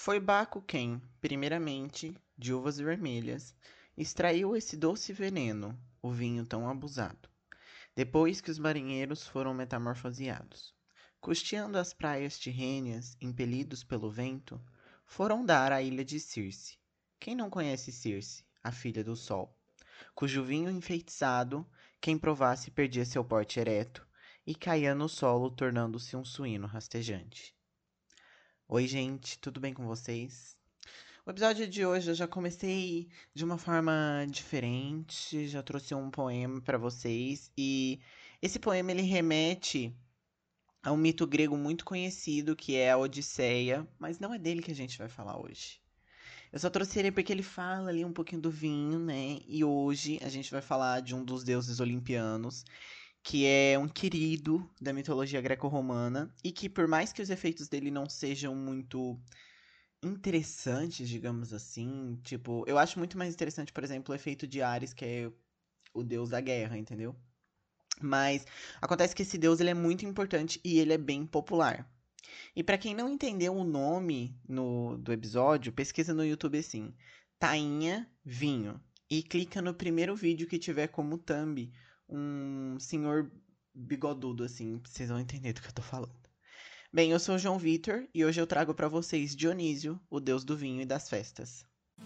Foi Baco quem, primeiramente, de uvas vermelhas, extraiu esse doce veneno, o vinho tão abusado, depois que os marinheiros foram metamorfoseados. Custeando as praias tirrêneas, impelidos pelo vento, foram dar à ilha de Circe. Quem não conhece Circe, a filha do sol, cujo vinho enfeitiçado, quem provasse perdia seu porte ereto e caía no solo, tornando-se um suíno rastejante. Oi, gente, tudo bem com vocês? O episódio de hoje eu já comecei de uma forma diferente, já trouxe um poema para vocês e esse poema ele remete a um mito grego muito conhecido que é a Odisseia, mas não é dele que a gente vai falar hoje. Eu só trouxe ele porque ele fala ali um pouquinho do vinho, né? E hoje a gente vai falar de um dos deuses olimpianos, que é um querido da mitologia greco-romana e que por mais que os efeitos dele não sejam muito interessantes, digamos assim. Tipo, eu acho muito mais interessante, por exemplo, o efeito de Ares, que é o deus da guerra, entendeu? Mas acontece que esse deus ele é muito importante e ele é bem popular. E pra quem não entendeu o nome do episódio, pesquisa no YouTube assim: Tainha Vinho. E clica no primeiro vídeo que tiver como thumb um senhor bigodudo, assim, vocês vão entender do que eu tô falando. Bem, eu sou o João Vitor e hoje eu trago pra vocês Dionísio, o deus do vinho e das festas.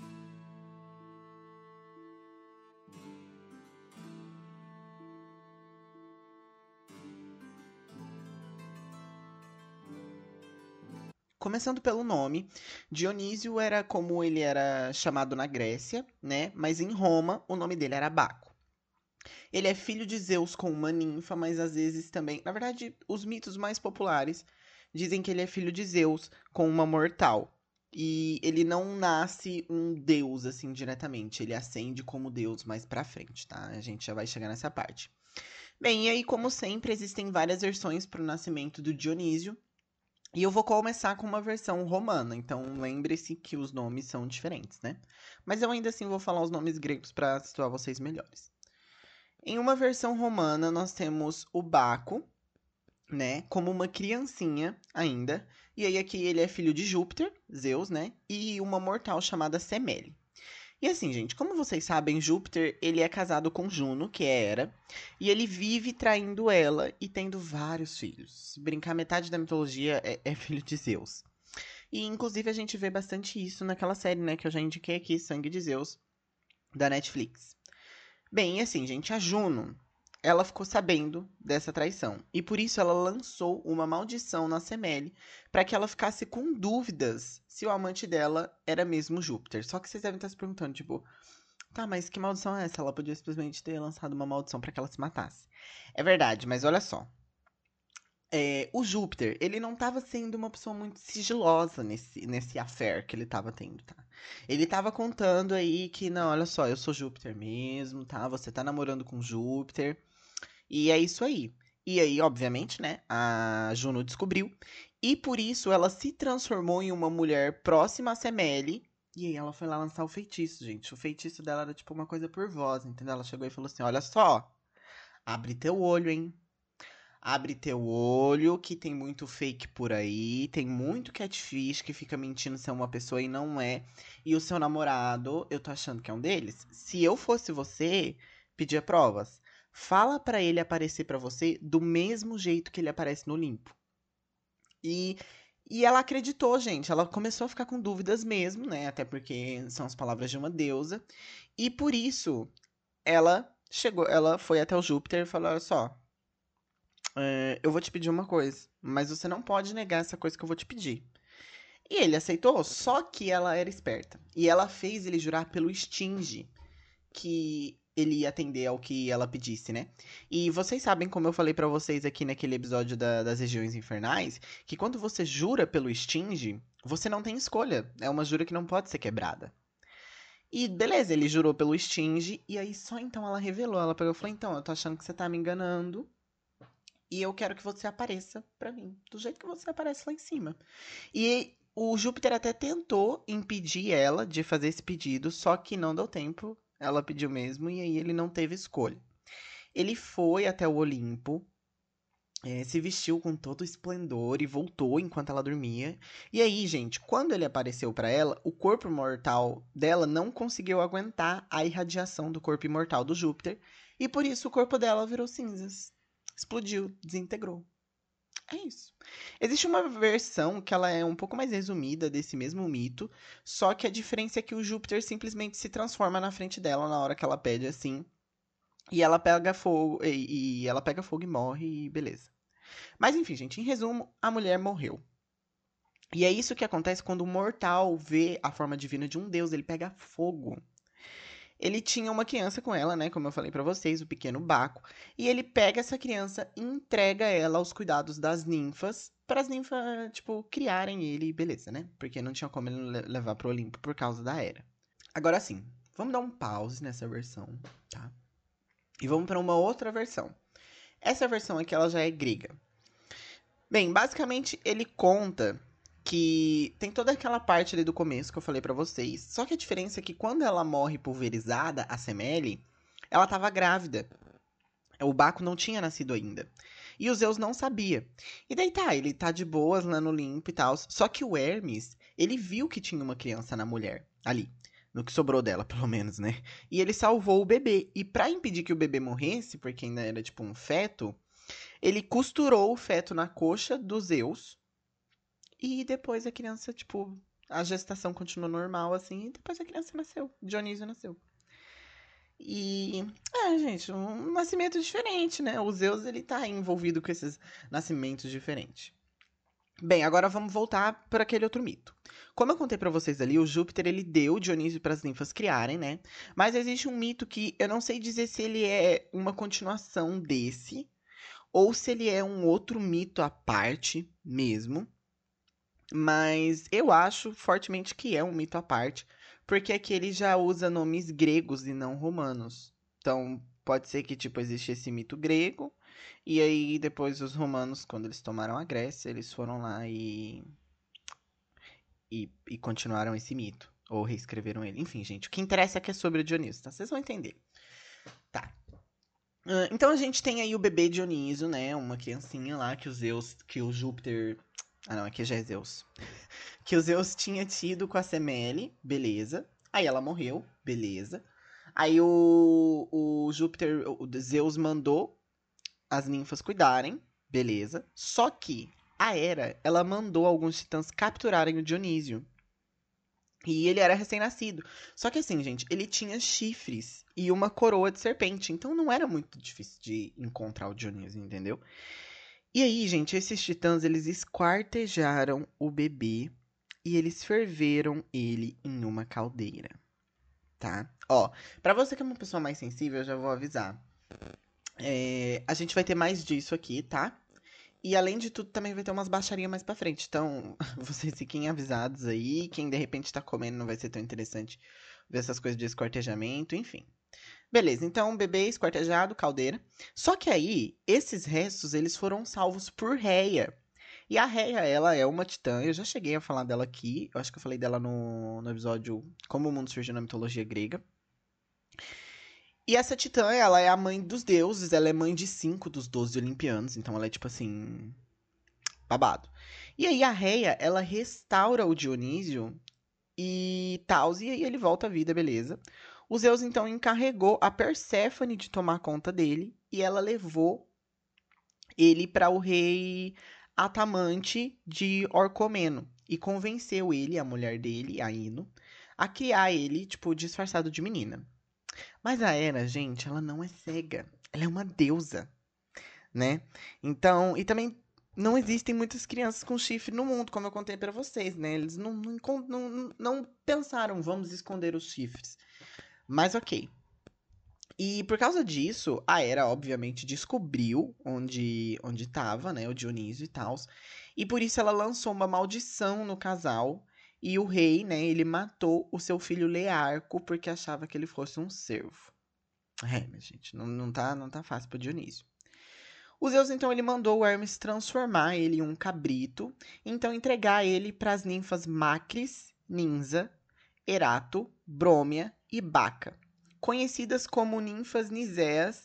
Começando pelo nome, Dionísio era como ele era chamado na Grécia, né? Mas em Roma o nome dele era Baco. Ele é filho de Zeus com uma ninfa, mas às vezes também, na verdade, os mitos mais populares dizem que ele é filho de Zeus com uma mortal. E ele não nasce um deus assim diretamente, ele ascende como deus mais pra frente, tá? A gente já vai chegar nessa parte. Bem, e aí, como sempre, existem várias versões para o nascimento do Dionísio. E eu vou começar com uma versão romana, então lembre-se que os nomes são diferentes, né? Mas eu ainda assim vou falar os nomes gregos para situar vocês melhores. Em uma versão romana, nós temos o Baco, né? Como uma criancinha ainda. E aí aqui ele é filho de Júpiter, Zeus, né? E uma mortal chamada Semele. E assim, gente, como vocês sabem, Júpiter, ele é casado com Juno, que é Hera, e ele vive traindo ela e tendo vários filhos. Se brincar, metade da mitologia é filho de Zeus. E inclusive a gente vê bastante isso naquela série, né, que eu já indiquei aqui, Sangue de Zeus, da Netflix. Bem, e assim, gente, a Juno, ela ficou sabendo dessa traição. E por isso ela lançou uma maldição na Semele para que ela ficasse com dúvidas se o amante dela era mesmo Júpiter. Só que vocês devem estar se perguntando, tipo, tá, mas que maldição é essa? Ela podia simplesmente ter lançado uma maldição para que ela se matasse. É verdade, mas olha só. O Júpiter, ele não estava sendo uma pessoa muito sigilosa nesse affair que ele estava tendo, tá? Ele estava contando aí que, não, olha só, eu sou Júpiter mesmo, tá? Você tá namorando com Júpiter. E é isso aí. E aí, obviamente, né, a Juno descobriu. E por isso ela se transformou em uma mulher próxima a Semele. E aí ela foi lá lançar o feitiço, gente. O feitiço dela era tipo uma coisa por voz, entendeu? Ela chegou e falou assim: olha só, abre teu olho, hein? Abre teu olho, que tem muito fake por aí, tem muito catfish que fica mentindo ser uma pessoa e não é. E o seu namorado, eu tô achando que é um deles. Se eu fosse você, pedia provas. Fala pra ele aparecer pra você do mesmo jeito que ele aparece no Olimpo. E, e ela acreditou, gente. Ela começou a ficar com dúvidas mesmo, né? Até porque são as palavras de uma deusa. E por isso, ela foi até o Júpiter e falou: olha só, eu vou te pedir uma coisa, mas você não pode negar essa coisa que eu vou te pedir. E ele aceitou, só que ela era esperta. E ela fez ele jurar pelo Stinge que ele ia atender ao que ela pedisse, né? E vocês sabem, como eu falei pra vocês aqui naquele episódio das regiões infernais, que quando você jura pelo Stinge, você não tem escolha. É uma jura que não pode ser quebrada. E beleza, ele jurou pelo Stinge, e aí só então ela revelou. Ela pegou e falou: então, eu tô achando que você tá me enganando. E eu quero que você apareça pra mim, do jeito que você aparece lá em cima. E o Júpiter até tentou impedir ela de fazer esse pedido, só que não deu tempo. Ela pediu mesmo e aí ele não teve escolha. Ele foi até o Olimpo se vestiu com todo o esplendor e voltou enquanto ela dormia. E aí, gente, quando ele apareceu pra ela, o corpo mortal dela não conseguiu aguentar a irradiação do corpo imortal do Júpiter, e por isso o corpo dela virou cinzas. Explodiu, desintegrou. É isso. Existe uma versão que ela é um pouco mais resumida desse mesmo mito, só que a diferença é que o Júpiter simplesmente se transforma na frente dela na hora que ela pede assim, e ela pega fogo e ela pega fogo e morre e beleza. Mas enfim, gente, em resumo, a mulher morreu. E é isso que acontece quando o mortal vê a forma divina de um deus, ele pega fogo. Ele tinha uma criança com ela, né, como eu falei pra vocês, o pequeno Baco, e ele pega essa criança e entrega ela aos cuidados das ninfas, para as ninfas, tipo, criarem ele, beleza, né? Porque não tinha como ele levar pro Olimpo por causa da Hera. Agora sim, vamos dar um pause nessa versão, tá? E vamos para uma outra versão. Essa versão aqui ela já é grega. Bem, basicamente ele conta que tem toda aquela parte ali do começo que eu falei pra vocês. Só que a diferença é que quando ela morre pulverizada, a Semele, ela tava grávida. O Baco não tinha nascido ainda. E o Zeus não sabia. E daí tá, ele tá de boas lá no Olimpo e tal. Só que o Hermes, ele viu que tinha uma criança na mulher. Ali. No que sobrou dela, pelo menos, né? E ele salvou o bebê. E pra impedir que o bebê morresse, porque ainda era tipo um feto, ele costurou o feto na coxa do Zeus. E depois a criança, tipo, a gestação continuou normal, assim, e depois a criança nasceu. Dionísio nasceu. E, gente, um nascimento diferente, né? O Zeus, ele tá envolvido com esses nascimentos diferentes. Bem, agora vamos voltar para aquele outro mito. Como eu contei para vocês ali, o Júpiter ele deu Dionísio para as ninfas criarem, né? Mas existe um mito que eu não sei dizer se ele é uma continuação desse ou se ele é um outro mito à parte mesmo. Mas eu acho fortemente que é um mito à parte, porque aqui ele já usa nomes gregos e não romanos. Então, pode ser que tipo existe esse mito grego e aí depois os romanos, quando eles tomaram a Grécia, eles foram lá e continuaram esse mito ou reescreveram ele. Enfim, gente, o que interessa é que é sobre o Dionísio, tá? Vocês vão entender. Tá. Então a gente tem aí o bebê Dionísio, né? Uma criancinha lá que que o Júpiter. Ah, não, aqui já é Zeus. Que o Zeus tinha tido com a Semele, beleza. Aí ela morreu, beleza. Aí o Júpiter, o Zeus mandou as ninfas cuidarem, beleza. Só que a Hera, ela mandou alguns titãs capturarem o Dionísio. E ele era recém-nascido. Só que assim, gente, ele tinha chifres e uma coroa de serpente. Então não era muito difícil de encontrar o Dionísio, entendeu? E aí, gente, esses titãs, eles esquartejaram o bebê e eles ferveram ele em uma caldeira, tá? Ó, pra você que é uma pessoa mais sensível, eu já vou avisar. A gente vai ter mais disso aqui, tá? E além de tudo, também vai ter umas baixarias mais pra frente. Então, vocês fiquem avisados aí. Quem de repente tá comendo não vai ser tão interessante ver essas coisas de esquartejamento, enfim. Beleza, então bebê esquartejado, caldeira. Só que aí, esses restos, eles foram salvos por Reia. E a Reia, ela é uma titã, eu já cheguei a falar dela aqui, eu acho que eu falei dela no episódio Como o Mundo Surgiu na Mitologia Grega. E essa titã, ela é a mãe dos deuses, ela é mãe de 5 dos 12 olimpianos, então ela é tipo assim, babado. E aí a Reia, ela restaura o Dionísio e tal, e aí ele volta à vida, beleza. O Zeus então encarregou a Perséfone de tomar conta dele, e ela levou ele para o rei Atamante de Orcomeno e convenceu ele, a mulher dele, a Ino, a criar ele, tipo, disfarçado de menina. Mas a Hera, gente, ela não é cega. Ela é uma deusa, né? Então, e também não existem muitas crianças com chifre no mundo, como eu contei pra vocês, né? Eles não pensaram, vamos esconder os chifres. Mas ok. E por causa disso, a Hera, obviamente, descobriu onde tava, né, o Dionísio e tal. E por isso ela lançou uma maldição no casal. E o rei, né, ele matou o seu filho Learco porque achava que ele fosse um servo. Minha gente, não tá fácil pro Dionísio. O Zeus, então, ele mandou o Hermes transformar ele em um cabrito. Então, entregar ele para as ninfas Macris, Ninza, Erato, Brômia e Baca, conhecidas como ninfas Niséas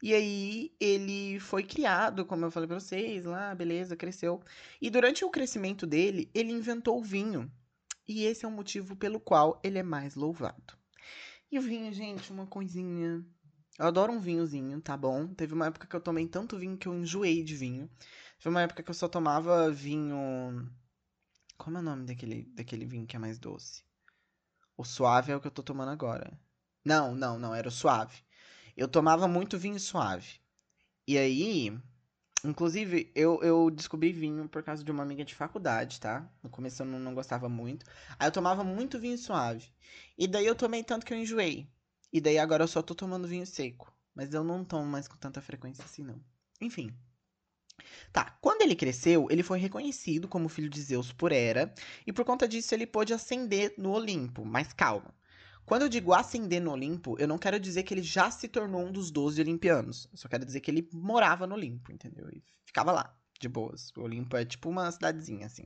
E aí ele foi criado, como eu falei pra vocês, lá, beleza, cresceu. E durante o crescimento dele, ele inventou o vinho. E esse é o motivo pelo qual ele é mais louvado. E o vinho, gente, uma coisinha. Eu adoro um vinhozinho, tá bom? Teve uma época que eu tomei tanto vinho que eu enjoei de vinho. Teve uma época que eu só tomava vinho. Como é o nome daquele vinho que é mais doce? O suave é o que eu tô tomando agora. Não, não, não, era o suave. Eu tomava muito vinho suave. E aí, inclusive, eu descobri vinho por causa de uma amiga de faculdade, tá? No começo eu não gostava muito. Aí eu tomava muito vinho suave. E daí eu tomei tanto que eu enjoei. E daí agora eu só tô tomando vinho seco. Mas eu não tomo mais com tanta frequência assim, não. Enfim. Tá, quando ele cresceu, ele foi reconhecido como filho de Zeus por Hera. E por conta disso ele pôde ascender no Olimpo. Mas calma. Quando eu digo ascender no Olimpo, eu não quero dizer que ele já se tornou um dos 12 olimpianos. Eu só quero dizer que ele morava no Olimpo, entendeu? E ficava lá, de boas. O Olimpo é tipo uma cidadezinha, assim.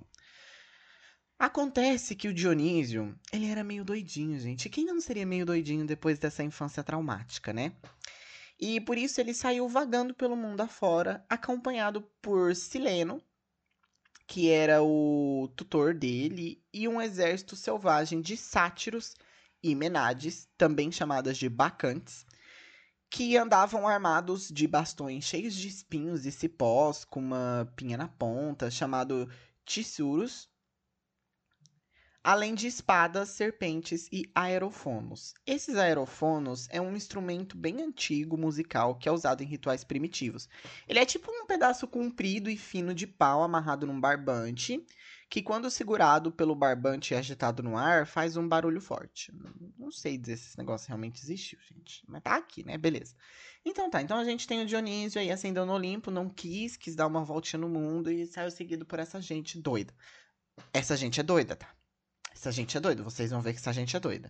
Acontece que o Dionísio, ele era meio doidinho, gente. E quem não seria meio doidinho depois dessa infância traumática, né? E por isso ele saiu vagando pelo mundo afora, acompanhado por Sileno, que era o tutor dele, e um exército selvagem de sátiros e menades, também chamadas de bacantes, que andavam armados de bastões cheios de espinhos e cipós, com uma pinha na ponta, chamado tissuros, além de espadas, serpentes e aerofonos. Esses aerofonos é um instrumento bem antigo musical que é usado em rituais primitivos. Ele é tipo um pedaço comprido e fino de pau amarrado num barbante, que quando segurado pelo barbante e agitado no ar, faz um barulho forte. Não sei dizer se esse negócio realmente existiu, gente, mas tá aqui, né? Beleza. Então tá, então a gente tem o Dionísio aí acendendo no Olimpo, não quis dar uma voltinha no mundo e saiu seguido por essa gente doida. Essa gente é doida, tá? Essa gente é doida, vocês vão ver que essa gente é doida.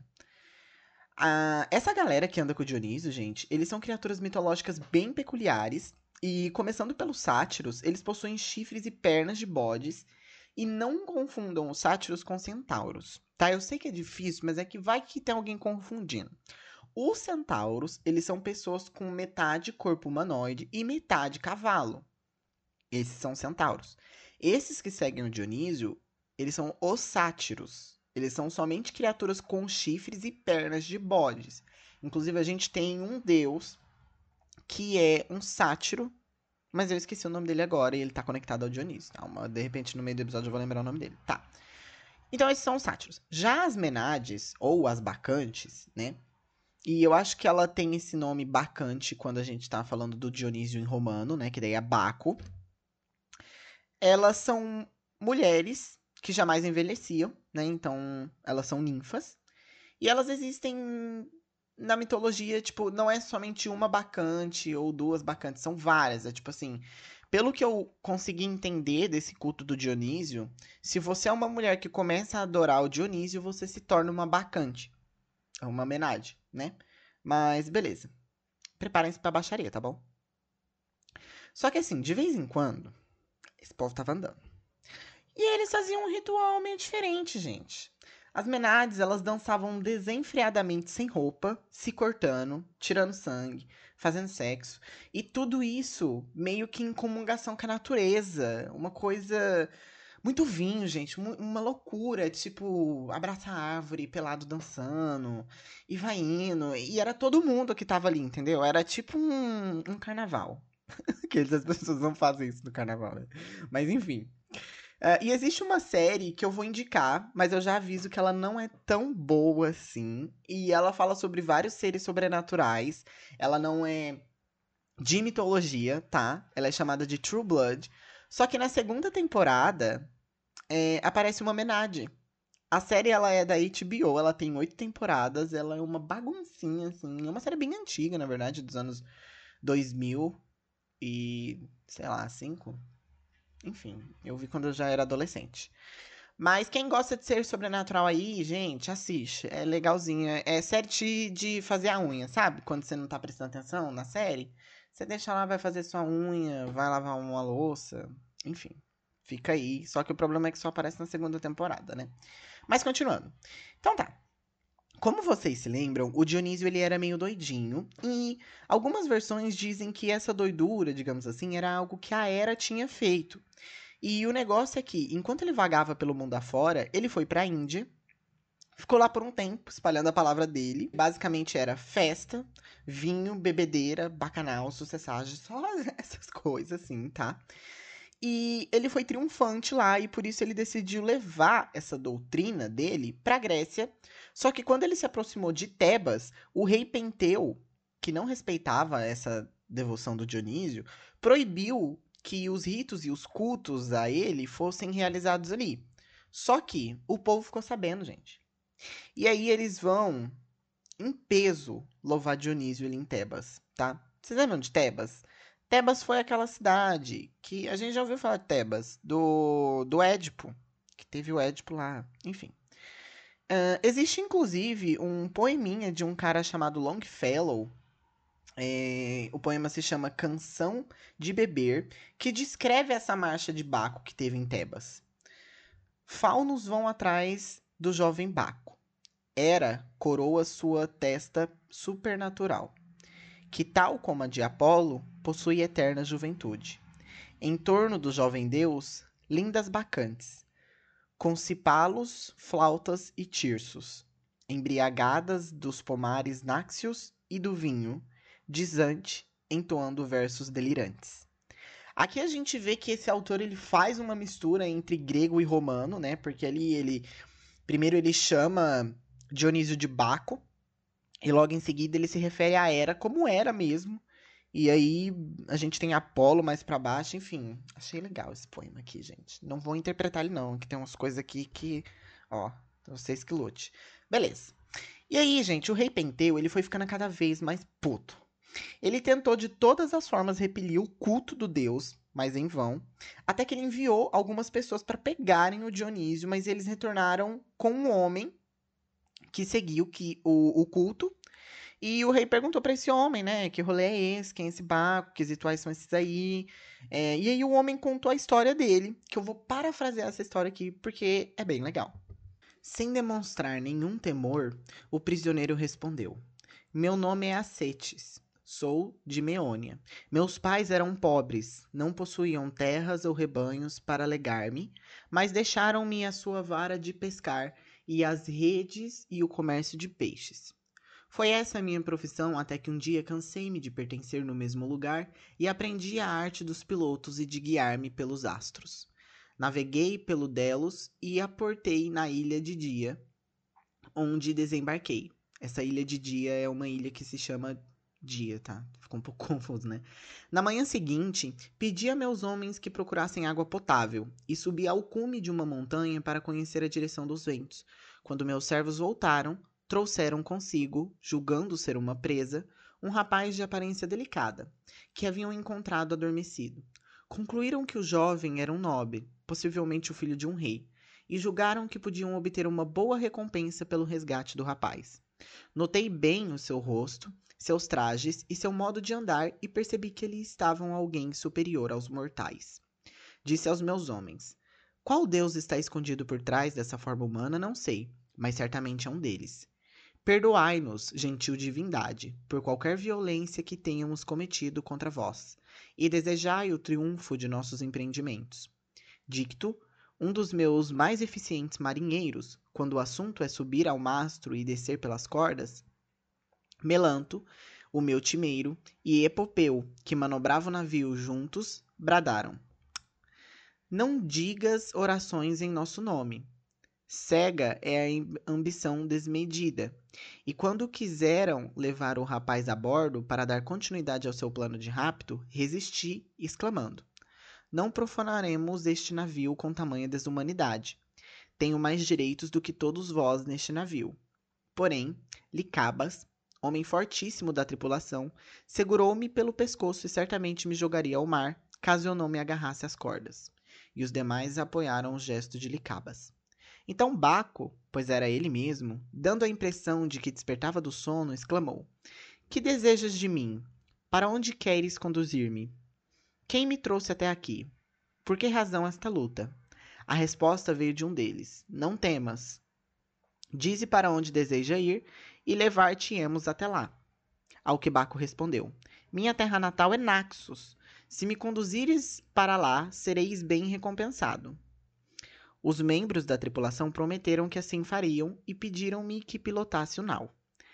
Essa galera que anda com o Dionísio, gente, eles são criaturas mitológicas bem peculiares. E começando pelos sátiros, eles possuem chifres e pernas de bodes. E não confundam os sátiros com centauros. Tá? Eu sei que é difícil, mas é que vai que tem alguém confundindo. Os centauros, eles são pessoas com metade corpo humanoide e metade cavalo. Esses são centauros. Esses que seguem o Dionísio, eles são os sátiros. Eles são somente criaturas com chifres e pernas de bodes. Inclusive, a gente tem um deus que é um sátiro, mas eu esqueci o nome dele agora e ele tá conectado ao Dionísio. Tá? De repente, no meio do episódio, eu vou lembrar o nome dele. Tá. Então, esses são os sátiros. Já as menades, ou as bacantes, né? E eu acho que ela tem esse nome bacante quando a gente tá falando do Dionísio em romano, né? Que daí é Baco. Elas são mulheres que jamais envelheciam, né? Então, elas são ninfas. E elas existem na mitologia, tipo, não é somente uma bacante ou duas bacantes, são várias. É tipo assim, pelo que eu consegui entender desse culto do Dionísio, se você é uma mulher que começa a adorar o Dionísio, você se torna uma bacante, uma menade, né? Mas beleza. Preparem-se pra baixaria, tá bom? Só que assim, de vez em quando, esse povo tava andando. E eles faziam um ritual meio diferente, gente. As menades, elas dançavam desenfreadamente sem roupa, se cortando, tirando sangue, fazendo sexo. E tudo isso meio que em comungação com a natureza. Uma coisa. Muito vinho, gente. Uma loucura. Tipo, abraça a árvore, pelado dançando. E vai indo. E era todo mundo que tava ali, entendeu? Era tipo um carnaval. Que as pessoas não fazem isso no carnaval, né? Mas enfim. E existe uma série que eu vou indicar, mas eu já aviso que ela não é tão boa assim. E ela fala sobre vários seres sobrenaturais. Ela não é de mitologia, tá? Ela é chamada de True Blood. Só que na segunda temporada aparece uma menade. A série ela é da HBO, ela tem 8 temporadas, ela é uma baguncinha, assim. É uma série bem antiga, na verdade, dos anos 2000 e, sei lá, 5. Enfim, eu vi quando eu já era adolescente. Mas quem gosta de ser sobrenatural aí, gente, assiste. É legalzinho. É série de fazer a unha, sabe? Quando você não tá prestando atenção na série, você deixa lá, vai fazer sua unha, vai lavar uma louça. Enfim, fica aí. Só que o problema é que só aparece na segunda temporada, né? Mas continuando. Então tá. Como vocês se lembram, o Dionísio ele era meio doidinho e algumas versões dizem que essa doidura, digamos assim, era algo que a Hera tinha feito. E o negócio é que, enquanto ele vagava pelo mundo afora, ele foi pra Índia, ficou lá por um tempo, espalhando a palavra dele. Basicamente era festa, vinho, bebedeira, bacanal, sucessagem, só essas coisas assim, tá? E ele foi triunfante lá e por isso ele decidiu levar essa doutrina dele para a Grécia. Só que quando ele se aproximou de Tebas, o rei Penteu, que não respeitava essa devoção do Dionísio, proibiu que os ritos e os cultos a ele fossem realizados ali. Só que o povo ficou sabendo, gente. E aí eles vão, em peso, louvar Dionísio ali em Tebas, tá? Vocês lembram de Tebas? Tebas foi aquela cidade que a gente já ouviu falar de Tebas, do Édipo, que teve o Édipo lá, enfim. Existe inclusive um poeminha de um cara chamado Longfellow. O poema se chama Canção de Beber, que descreve essa marcha de Baco que teve em Tebas. Faunos vão atrás do jovem Baco. Hera coroa sua testa supernatural, que, tal como a de Apolo, possui eterna juventude. Em torno do jovem deus, lindas bacantes, com cipalos, flautas e tirsos, embriagadas dos pomares náxios e do vinho, dizante, entoando versos delirantes. Aqui a gente vê que esse autor ele faz uma mistura entre grego e romano, né? Porque ali ele primeiro ele chama Dionísio de Baco, e logo em seguida ele se refere à Hera como era mesmo. E aí a gente tem Apolo mais pra baixo, enfim. Achei legal esse poema aqui, gente. Não vou interpretar ele não, que tem umas coisas aqui que, ó, vocês que lute. Beleza. E aí, gente, o rei Penteu, ele foi ficando cada vez mais puto. Ele tentou de todas as formas repelir o culto do deus, mas em vão, até que ele enviou algumas pessoas para pegarem o Dionísio, mas eles retornaram com um homem que seguiu o culto. E o rei perguntou para esse homem, né? Que rolê é esse? Quem é esse Baco? Que rituais são esses aí? E aí o homem contou a história dele, que eu vou parafrasear essa história aqui, porque é bem legal. Sem demonstrar nenhum temor, o prisioneiro respondeu: Meu nome é Acetes. Sou de Meônia. Meus pais eram pobres, não possuíam terras ou rebanhos para legar-me, mas deixaram-me a sua vara de pescar e as redes e o comércio de peixes. Foi essa a minha profissão até que um dia cansei-me de pertencer no mesmo lugar e aprendi a arte dos pilotos e de guiar-me pelos astros. Naveguei pelo Delos e aportei na ilha de Dia, onde desembarquei. Essa ilha de Dia é uma ilha que se chama Dia, tá? Ficou um pouco confuso, né? Na manhã seguinte, pedi a meus homens que procurassem água potável e subi ao cume de uma montanha para conhecer a direção dos ventos. Quando meus servos voltaram, trouxeram consigo, julgando ser uma presa, um rapaz de aparência delicada, que haviam encontrado adormecido. Concluíram que o jovem era um nobre, possivelmente o filho de um rei, e julgaram que podiam obter uma boa recompensa pelo resgate do rapaz. Notei bem o seu rosto, seus trajes e seu modo de andar e percebi que eles estavam alguém superior aos mortais. Disse aos meus homens: Qual deus está escondido por trás dessa forma humana, não sei, mas certamente é um deles. Perdoai-nos, gentil divindade, por qualquer violência que tenhamos cometido contra vós, e desejai o triunfo de nossos empreendimentos. Dicto, um dos meus mais eficientes marinheiros, quando o assunto é subir ao mastro e descer pelas cordas, Melanto, o meu timeiro, e Epopeu, que manobrava o navio juntos, bradaram: Não digas orações em nosso nome. Cega é a ambição desmedida. E quando quiseram levar o rapaz a bordo para dar continuidade ao seu plano de rapto, resisti, exclamando: Não profanaremos este navio com tamanha desumanidade. Tenho mais direitos do que todos vós neste navio. Porém, Licabas, homem fortíssimo da tripulação, segurou-me pelo pescoço e certamente me jogaria ao mar, caso eu não me agarrasse às cordas. E os demais apoiaram o gesto de Licabas. Então Baco, pois era ele mesmo, dando a impressão de que despertava do sono, exclamou: Que desejas de mim? Para onde queres conduzir-me? Quem me trouxe até aqui? Por que razão esta luta? A resposta veio de um deles: Não temas. Dize para onde deseja ir e levar-te-emos até lá. Ao que Baco respondeu: Minha terra natal é Naxos. Se me conduzires para lá, sereis bem recompensado. Os membros da tripulação prometeram que assim fariam e pediram-me que pilotasse o nau.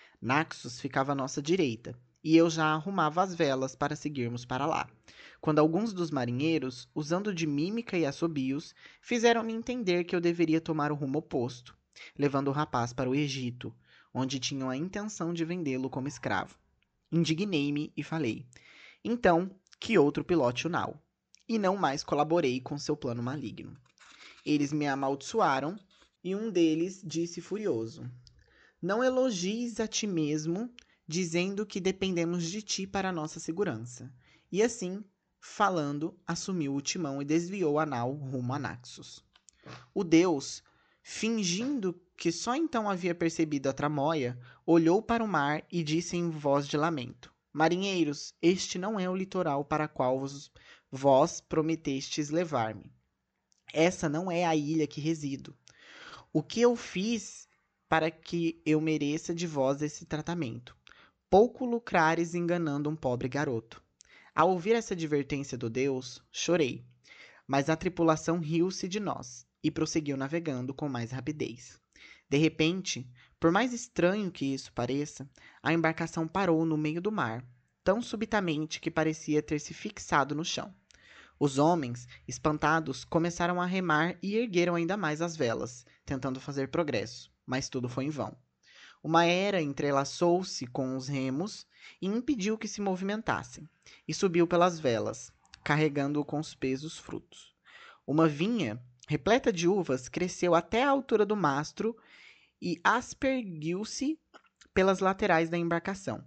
Naxos ficava à nossa direita, e eu já arrumava as velas para seguirmos para lá, quando alguns dos marinheiros, usando de mímica e assobios, fizeram-me entender que eu deveria tomar o rumo oposto, levando o rapaz para o Egito, onde tinham a intenção de vendê-lo como escravo. Indignei-me e falei: Então, que outro pilote o nau. E não mais colaborei com seu plano maligno. Eles me amaldiçoaram, e um deles disse furioso: Não elogies a ti mesmo, dizendo que dependemos de ti para a nossa segurança. E assim, falando, assumiu o timão e desviou a nau rumo a Naxos. O deus, fingindo que só então havia percebido a tramóia, olhou para o mar e disse em voz de lamento: Marinheiros, este não é o litoral para qual vós prometestes levar-me. Essa não é a ilha que resido. O que eu fiz para que eu mereça de vós esse tratamento? Pouco lucrares enganando um pobre garoto. Ao ouvir essa advertência do Deus, chorei, mas a tripulação riu-se de nós e prosseguiu navegando com mais rapidez. De repente, por mais estranho que isso pareça, a embarcação parou no meio do mar, tão subitamente que parecia ter se fixado no chão. Os homens, espantados, começaram a remar e ergueram ainda mais as velas, tentando fazer progresso, mas tudo foi em vão. Uma era entrelaçou-se com os remos e impediu que se movimentassem, e subiu pelas velas, carregando com os pesos frutos. Uma vinha, repleta de uvas, cresceu até a altura do mastro e aspergiu-se pelas laterais da embarcação.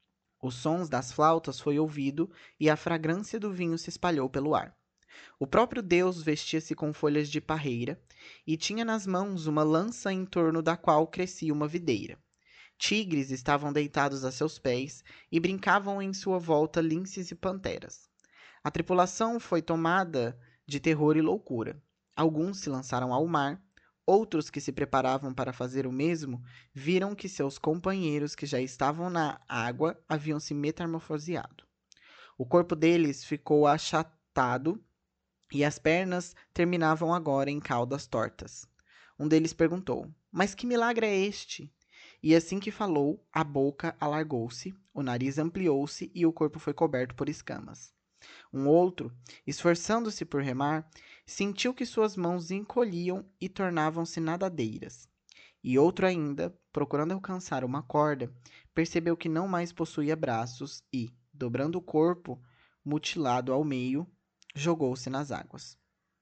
Os sons das flautas foi ouvido e a fragrância do vinho se espalhou pelo ar. O próprio Deus vestia-se com folhas de parreira e tinha nas mãos uma lança em torno da qual crescia uma videira. Tigres estavam deitados a seus pés e brincavam em sua volta linces e panteras. A tripulação foi tomada de terror e loucura. Alguns se lançaram ao mar, outros que se preparavam para fazer o mesmo viram que seus companheiros que já estavam na água haviam se metamorfoseado. O corpo deles ficou achatado e as pernas terminavam agora em caudas tortas. Um deles perguntou: Mas que milagre é este? E assim que falou, a boca alargou-se, o nariz ampliou-se e o corpo foi coberto por escamas. Um outro, esforçando-se por remar, sentiu que suas mãos encolhiam e tornavam-se nadadeiras. E outro ainda, procurando alcançar uma corda, percebeu que não mais possuía braços e, dobrando o corpo, mutilado ao meio, jogou-se nas águas.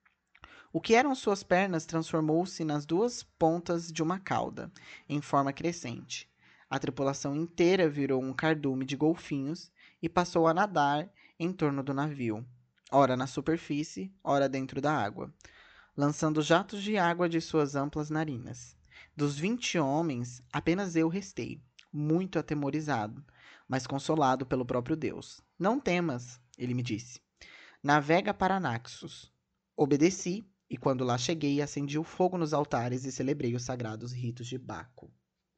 O que eram suas pernas transformou-se nas duas pontas de uma cauda, em forma crescente. A tripulação inteira virou um cardume de golfinhos e passou a nadar em torno do navio, ora na superfície, ora dentro da água, lançando jatos de água de suas amplas narinas. Dos 20 homens, apenas eu restei, muito atemorizado, mas consolado pelo próprio Deus. Não temas, ele me disse. Navega para Naxos. Obedeci, e quando lá cheguei, acendi o fogo nos altares e celebrei os sagrados ritos de Baco.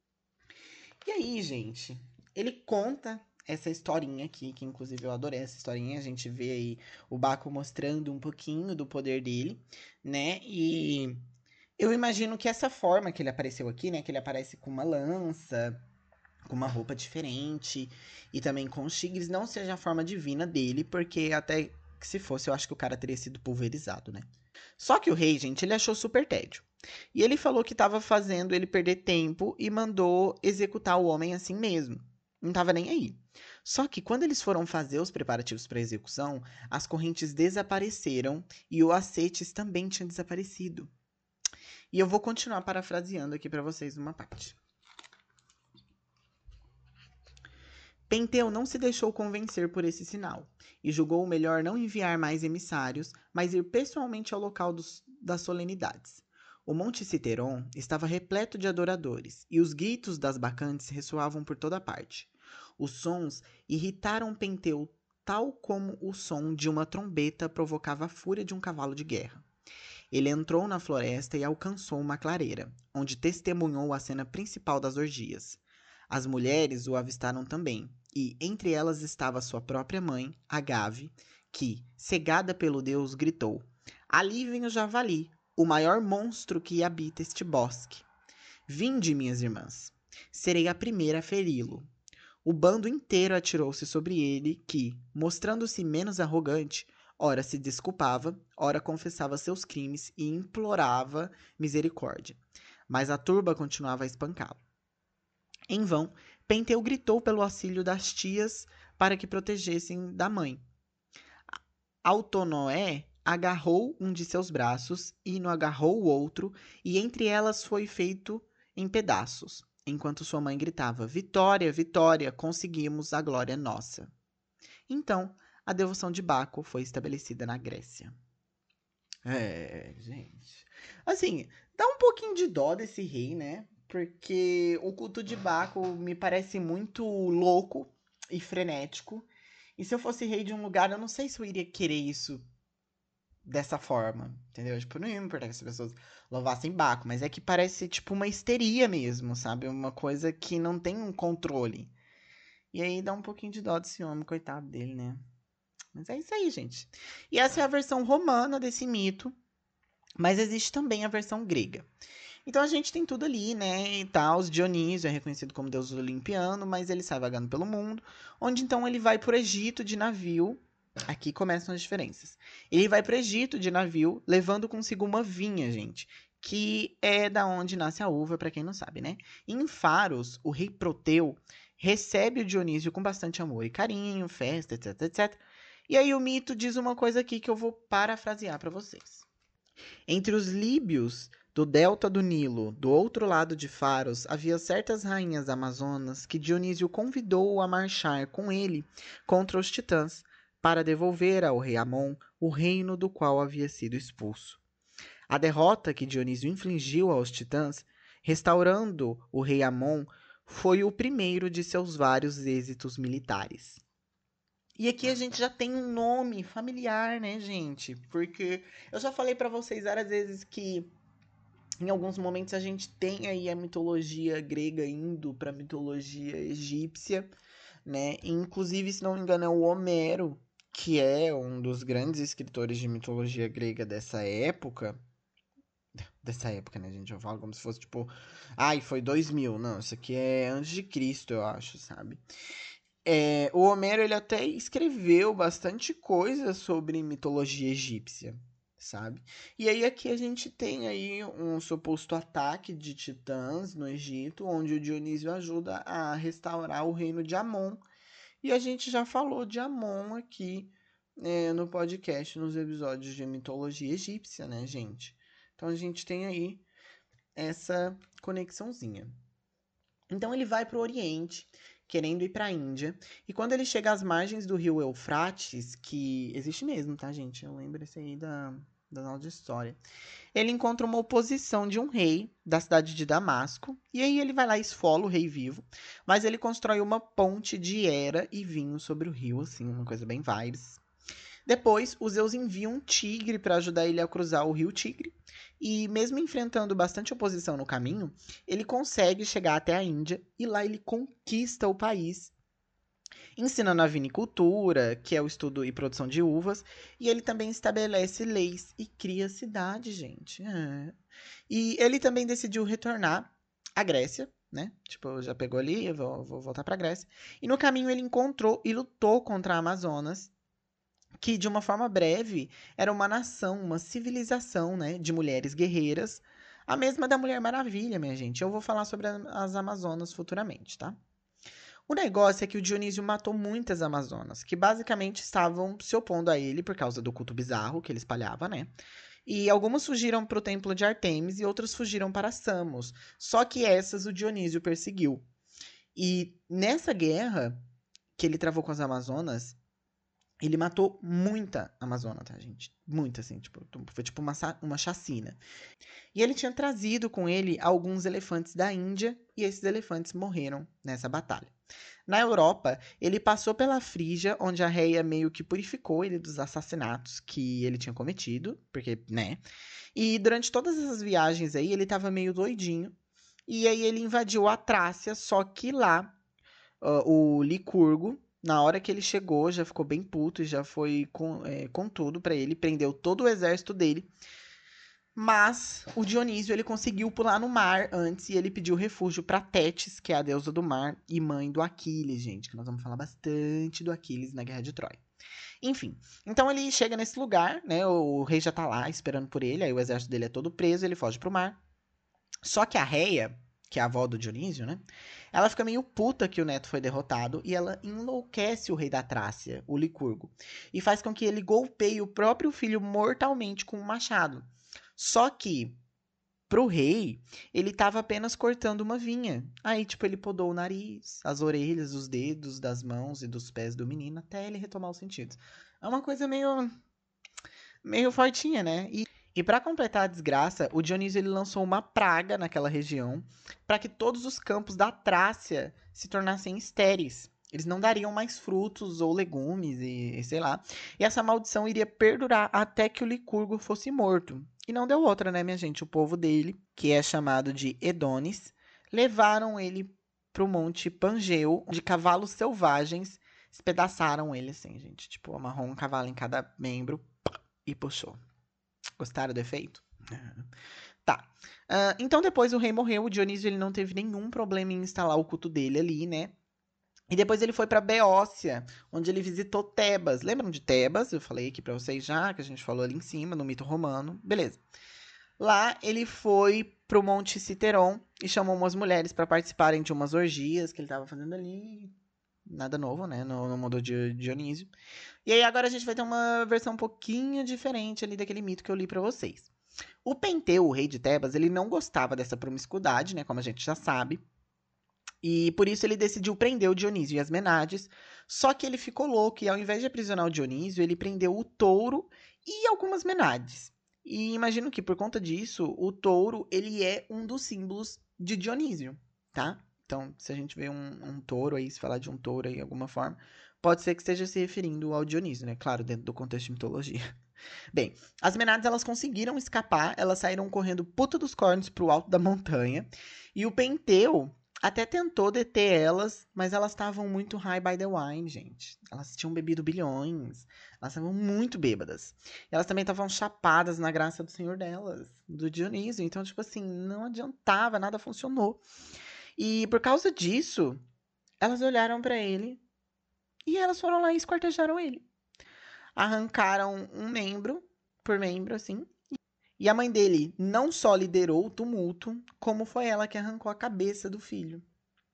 E aí, gente, ele conta essa historinha aqui, que inclusive eu adorei essa historinha. A gente vê aí o Baco mostrando um pouquinho do poder dele, né? E eu imagino que essa forma que ele apareceu aqui, né? Que ele aparece com uma lança, com uma roupa diferente e também com os tigres, não seja a forma divina dele, porque até que se fosse, eu acho que o cara teria sido pulverizado, né? Só que o rei, gente, ele achou super tédio. E ele falou que estava fazendo ele perder tempo e mandou executar o homem assim mesmo. Não estava nem aí. Só que quando eles foram fazer os preparativos para a execução, as correntes desapareceram e o acetes também tinha desaparecido. E eu vou continuar parafraseando aqui para vocês uma parte. Penteu não se deixou convencer por esse sinal e julgou melhor não enviar mais emissários, mas ir pessoalmente ao local das solenidades. O Monte Citeron estava repleto de adoradores e os gritos das bacantes ressoavam por toda parte. Os sons irritaram Penteu tal como o som de uma trombeta provocava a fúria de um cavalo de guerra. Ele entrou na floresta e alcançou uma clareira, onde testemunhou a cena principal das orgias. As mulheres o avistaram também, e entre elas estava sua própria mãe, Agave, que, cegada pelo deus, gritou: Ali vem o javali, o maior monstro que habita este bosque. Vinde, minhas irmãs. Serei a primeira a feri-lo. O bando inteiro atirou-se sobre ele, que, mostrando-se menos arrogante, ora se desculpava, ora confessava seus crimes e implorava misericórdia. Mas a turba continuava a espancá-lo. Em vão, Penteu gritou pelo auxílio das tias para que protegessem da mãe. Autonoé agarrou um de seus braços, Ino agarrou o outro, e entre elas foi feito em pedaços, enquanto sua mãe gritava: Vitória, vitória, conseguimos, a glória é nossa. Então, a devoção de Baco foi estabelecida na Grécia. Gente. Assim, dá um pouquinho de dó desse rei, né? Porque o culto de Baco me parece muito louco e frenético. E se eu fosse rei de um lugar, eu não sei se eu iria querer isso dessa forma, entendeu? Tipo, não ia me importar que as pessoas louvassem Baco, mas é que parece tipo uma histeria mesmo, sabe? Uma coisa que não tem um controle. E aí dá um pouquinho de dó desse homem, coitado dele, né? Mas é isso aí, gente. E essa é a versão romana desse mito, mas existe também a versão grega. Então a gente tem tudo ali, né, e tal. Dionísio é reconhecido como deus olimpiano, mas ele sai vagando pelo mundo, onde então ele vai pro Egito de navio. Aqui começam as diferenças. Ele vai pro Egito de navio, levando consigo uma vinha, gente, que é da onde nasce a uva, para quem não sabe, né? Em Faros, o rei Proteu recebe o Dionísio com bastante amor e carinho, festa, etc, etc. E aí o mito diz uma coisa aqui que eu vou parafrasear para vocês. Entre os líbios do delta do Nilo, do outro lado de Faros, havia certas rainhas amazonas que Dionísio convidou a marchar com ele contra os titãs, para devolver ao rei Amon o reino do qual havia sido expulso. A derrota que Dionísio infligiu aos titãs, restaurando o rei Amon, foi o primeiro de seus vários êxitos militares. E aqui a gente já tem um nome familiar, né, gente? Porque eu já falei para vocês várias vezes que em alguns momentos a gente tem aí a mitologia grega indo para a mitologia egípcia, né? E, inclusive, se não me engano, é o Homero, que é um dos grandes escritores de mitologia grega dessa época. Dessa época, né, gente? Eu falo como se fosse tipo, ai, foi 2000. Não, isso aqui é antes de Cristo, eu acho, sabe? O Homero, ele até escreveu bastante coisa sobre mitologia egípcia, sabe? E aí aqui a gente tem aí um suposto ataque de titãs no Egito, onde o Dionísio ajuda a restaurar o reino de Amon. E a gente já falou de Amon aqui, no podcast, nos episódios de mitologia egípcia, né, gente? Então a gente tem aí essa conexãozinha. Então ele vai para o Oriente, querendo ir para a Índia. E quando ele chega às margens do rio Eufrates, que existe mesmo, tá, gente? Eu lembro isso aí da aula de história. Ele encontra uma oposição de um rei da cidade de Damasco. E aí ele vai lá e esfola o rei vivo. Mas ele constrói uma ponte de era e vinho sobre o rio, assim, uma coisa bem vibes. Depois, os Zeus enviam um tigre para ajudar ele a cruzar o rio Tigre. E mesmo enfrentando bastante oposição no caminho, ele consegue chegar até a Índia e lá ele conquista o país, ensinando a vinicultura, que é o estudo e produção de uvas, e ele também estabelece leis e cria cidade, gente. E ele também decidiu retornar à Grécia, né? Tipo, já pegou ali, eu vou voltar pra Grécia. E no caminho ele encontrou e lutou contra a Amazonas, que de uma forma breve era uma nação, uma civilização, né, de mulheres guerreiras, a mesma da Mulher Maravilha, minha gente. Eu vou falar sobre as Amazonas futuramente, tá? O negócio é que o Dionísio matou muitas Amazonas, que basicamente estavam se opondo a ele por causa do culto bizarro que ele espalhava, né? E algumas fugiram para o templo de Artemis e outras fugiram para Samos. Só que essas o Dionísio perseguiu. E nessa guerra que ele travou com as Amazonas, ele matou muita Amazona, tá, gente? Muita, assim, tipo, foi tipo uma chacina. E ele tinha trazido com ele alguns elefantes da Índia, e esses elefantes morreram nessa batalha. Na Europa, ele passou pela Frígia, onde a Reia meio que purificou ele dos assassinatos que ele tinha cometido, porque, né? E durante todas essas viagens aí, ele tava meio doidinho. E aí ele invadiu a Trácia, só que lá, o Licurgo, na hora que ele chegou, já ficou bem puto e já foi com tudo pra ele, prendeu todo o exército dele. Mas o Dionísio ele conseguiu pular no mar antes e ele pediu refúgio para Tétis, que é a deusa do mar e mãe do Aquiles, gente, que nós vamos falar bastante do Aquiles na Guerra de Troia. Enfim, então ele chega nesse lugar, né? O rei já tá lá esperando por ele, aí o exército dele é todo preso, ele foge pro mar. Só que a Reia, que é a avó do Dionísio, né? Ela fica meio puta que o neto foi derrotado e ela enlouquece o rei da Trácia, o Licurgo, e faz com que ele golpeie o próprio filho mortalmente com um machado. Só que, pro rei, ele tava apenas cortando uma vinha. Aí, tipo, ele podou o nariz, as orelhas, os dedos das mãos e dos pés do menino até ele retomar os sentidos. É uma coisa meio fortinha, né? E para completar a desgraça, o Dionísio ele lançou uma praga naquela região para que todos os campos da Trácia se tornassem estéreis. Eles não dariam mais frutos ou legumes e sei lá. E essa maldição iria perdurar até que o Licurgo fosse morto. E não deu outra, né, minha gente? O povo dele, que é chamado de Edones, levaram ele pro Monte Pangeu, onde cavalos selvagens espedaçaram ele, assim, gente. Tipo, amarrou um cavalo em cada membro e puxou. Gostaram do efeito? Tá. Então, depois o rei morreu. O Dionísio ele não teve nenhum problema em instalar o culto dele ali, né? E depois ele foi para Beócia, onde ele visitou Tebas. Lembram de Tebas? Eu falei aqui para vocês já, que a gente falou ali em cima, no mito romano. Beleza. Lá ele foi pro Monte Citeron e chamou umas mulheres para participarem de umas orgias que ele tava fazendo ali. Nada novo, né? No mundo de Dionísio. E aí agora a gente vai ter uma versão um pouquinho diferente ali daquele mito que eu li para vocês. O Penteu, o rei de Tebas, ele não gostava dessa promiscuidade, né? Como a gente já sabe. E por isso ele decidiu prender o Dionísio e as Menades. Só que ele ficou louco e ao invés de aprisionar o Dionísio, ele prendeu o touro e algumas Menades. E imagino que por conta disso, o touro ele é um dos símbolos de Dionísio, tá? Então, se a gente vê um touro aí, se falar de um touro aí de alguma forma, pode ser que esteja se referindo ao Dionísio, né? Claro, dentro do contexto de mitologia. Bem, as Menades elas conseguiram escapar, elas saíram correndo puta dos cornos pro alto da montanha. E o Penteu até tentou deter elas, mas elas estavam muito high by the wine, gente. Elas tinham bebido bilhões. Elas estavam muito bêbadas. E elas também estavam chapadas na graça do senhor delas, do Dionísio. Então, tipo assim, não adiantava, nada funcionou. E por causa disso, elas olharam para ele e elas foram lá e esquartejaram ele. Arrancaram um membro por membro, assim. E a mãe dele não só liderou o tumulto, como foi ela que arrancou a cabeça do filho.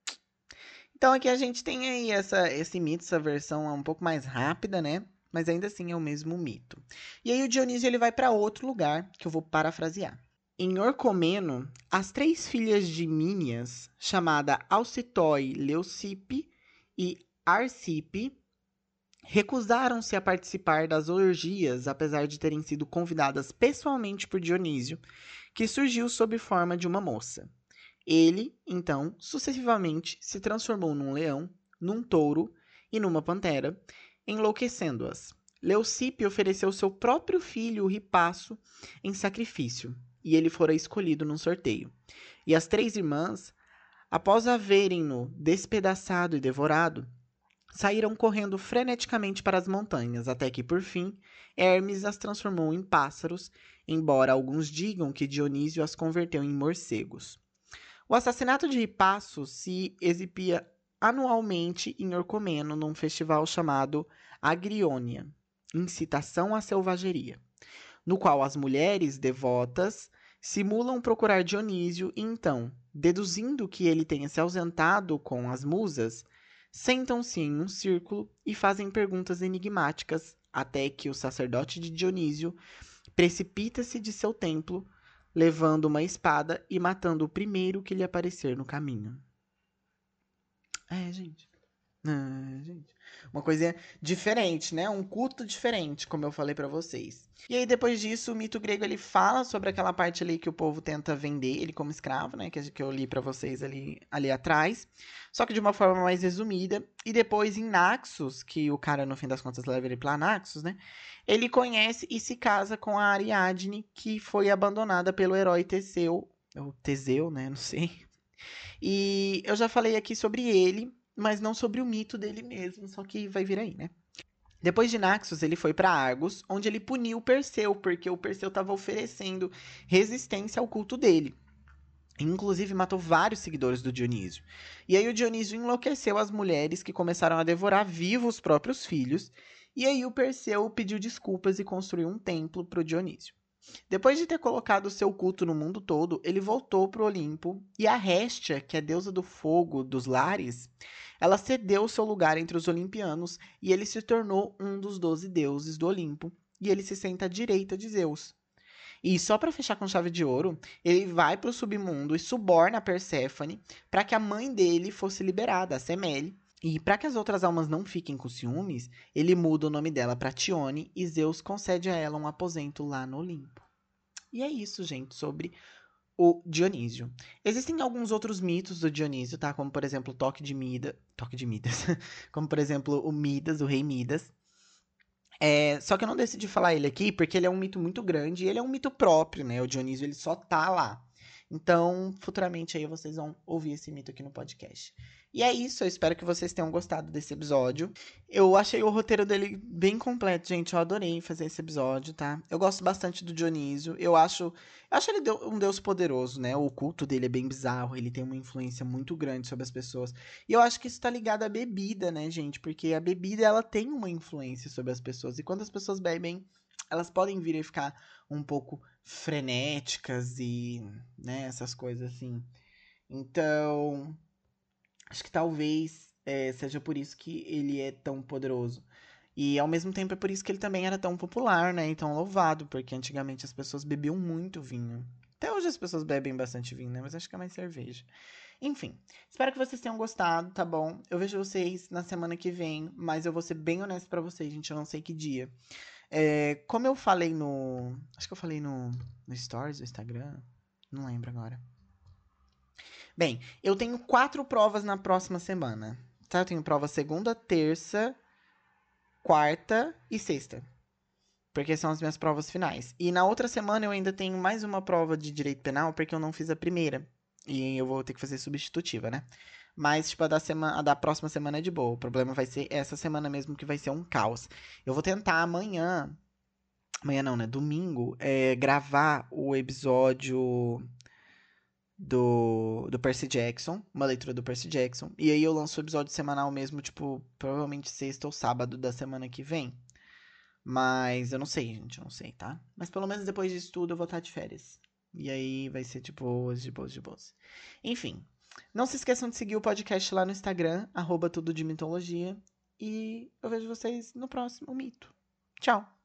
Então aqui a gente tem aí esse mito, essa versão é um pouco mais rápida, né? Mas ainda assim é o mesmo mito. E aí o Dionísio ele vai para outro lugar, que eu vou parafrasear. Em Orcomeno, as três filhas de Mínias, chamada Alcitói, Leucippe e Arcippe, recusaram-se a participar das orgias, apesar de terem sido convidadas pessoalmente por Dionísio, que surgiu sob forma de uma moça. Ele, então, sucessivamente se transformou num leão, num touro e numa pantera, enlouquecendo-as. Leucippe ofereceu seu próprio filho, o ripasso, em sacrifício, e ele fora escolhido num sorteio. E as três irmãs, após haverem-no despedaçado e devorado, saíram correndo freneticamente para as montanhas, até que, por fim, Hermes as transformou em pássaros, embora alguns digam que Dionísio as converteu em morcegos. O assassinato de Hipasso se exibia anualmente em Orcomeno, num festival chamado Agriônia, incitação à selvageria, no qual as mulheres devotas simulam procurar Dionísio e então, deduzindo que ele tenha se ausentado com as musas, sentam-se em um círculo e fazem perguntas enigmáticas até que o sacerdote de Dionísio precipita-se de seu templo, levando uma espada e matando o primeiro que lhe aparecer no caminho. É, gente. Gente. Uma coisinha diferente, né? Um culto diferente, como eu falei pra vocês. E aí, depois disso, o mito grego ele fala sobre aquela parte ali que o povo tenta vender ele como escravo, né? Que eu li pra vocês ali atrás. Só que de uma forma mais resumida. E depois, em Naxos, que o cara, no fim das contas, leva ele pra Naxos, né? Ele conhece e se casa com a Ariadne, que foi abandonada pelo herói Teseu. Ou Teseu, né? Não sei. E eu já falei aqui sobre ele, mas não sobre o mito dele mesmo, só que vai vir aí, né? Depois de Naxos, ele foi para Argos, onde ele puniu Perseu, porque o Perseu estava oferecendo resistência ao culto dele. Inclusive, matou vários seguidores do Dionísio. E aí o Dionísio enlouqueceu as mulheres, que começaram a devorar vivos os próprios filhos. E aí o Perseu pediu desculpas e construiu um templo para o Dionísio. Depois de ter colocado seu culto no mundo todo, ele voltou para o Olimpo e a Réstia, que é deusa do fogo dos lares, ela cedeu seu lugar entre os olimpianos e ele se tornou um dos 12 deuses do Olimpo. E ele se senta à direita de Zeus. E só para fechar com chave de ouro, ele vai para o submundo e suborna a Perséfone para que a mãe dele fosse liberada, a Semele. E para que as outras almas não fiquem com ciúmes, ele muda o nome dela para Tione e Zeus concede a ela um aposento lá no Olimpo. E é isso, gente, sobre o Dionísio. Existem alguns outros mitos do Dionísio, tá? Como, por exemplo, o Toque de Midas. Como, por exemplo, o Midas, o rei Midas. Só que eu não decidi falar ele aqui porque ele é um mito muito grande e ele é um mito próprio, né? O Dionísio, ele só tá lá. Então, futuramente aí vocês vão ouvir esse mito aqui no podcast. E é isso, eu espero que vocês tenham gostado desse episódio. Eu achei o roteiro dele bem completo, gente. Eu adorei fazer esse episódio, tá? Eu gosto bastante do Dionísio. Eu acho ele um deus poderoso, né? O culto dele é bem bizarro, ele tem uma influência muito grande sobre as pessoas. E eu acho que isso tá ligado à bebida, né, gente? Porque a bebida, ela tem uma influência sobre as pessoas. E quando as pessoas bebem, elas podem vir a ficar um pouco frenéticas e, né, essas coisas assim. Então, acho que talvez seja por isso que ele é tão poderoso. E ao mesmo tempo é por isso que ele também era tão popular, né? E tão louvado, porque antigamente as pessoas bebiam muito vinho. Até hoje as pessoas bebem bastante vinho, né? Mas acho que é mais cerveja. Enfim, espero que vocês tenham gostado, tá bom? Eu vejo vocês na semana que vem, mas eu vou ser bem honesto pra vocês, gente. Eu não sei que dia. Como eu falei no. Acho que eu falei no Stories do Instagram. Não lembro agora. Bem, eu tenho 4 provas na próxima semana. Tá? Eu tenho prova segunda, terça, quarta e sexta. Porque são as minhas provas finais. E na outra semana eu ainda tenho mais uma prova de direito penal, porque eu não fiz a primeira. E eu vou ter que fazer substitutiva, né? Mas, tipo, a da próxima semana é de boa. O problema vai ser essa semana mesmo, que vai ser um caos. Eu vou tentar amanhã. Amanhã não, né? Domingo, gravar o episódio do Percy Jackson, uma leitura do Percy Jackson. E aí eu lanço o episódio semanal mesmo, tipo, provavelmente sexta ou sábado da semana que vem. Mas eu não sei, gente, eu não sei, tá? Mas pelo menos depois disso tudo eu vou estar de férias. E aí vai ser de boas, de boas, de boas. Enfim, não se esqueçam de seguir o podcast lá no Instagram, @tudo de mitologia. E eu vejo vocês no próximo mito. Tchau!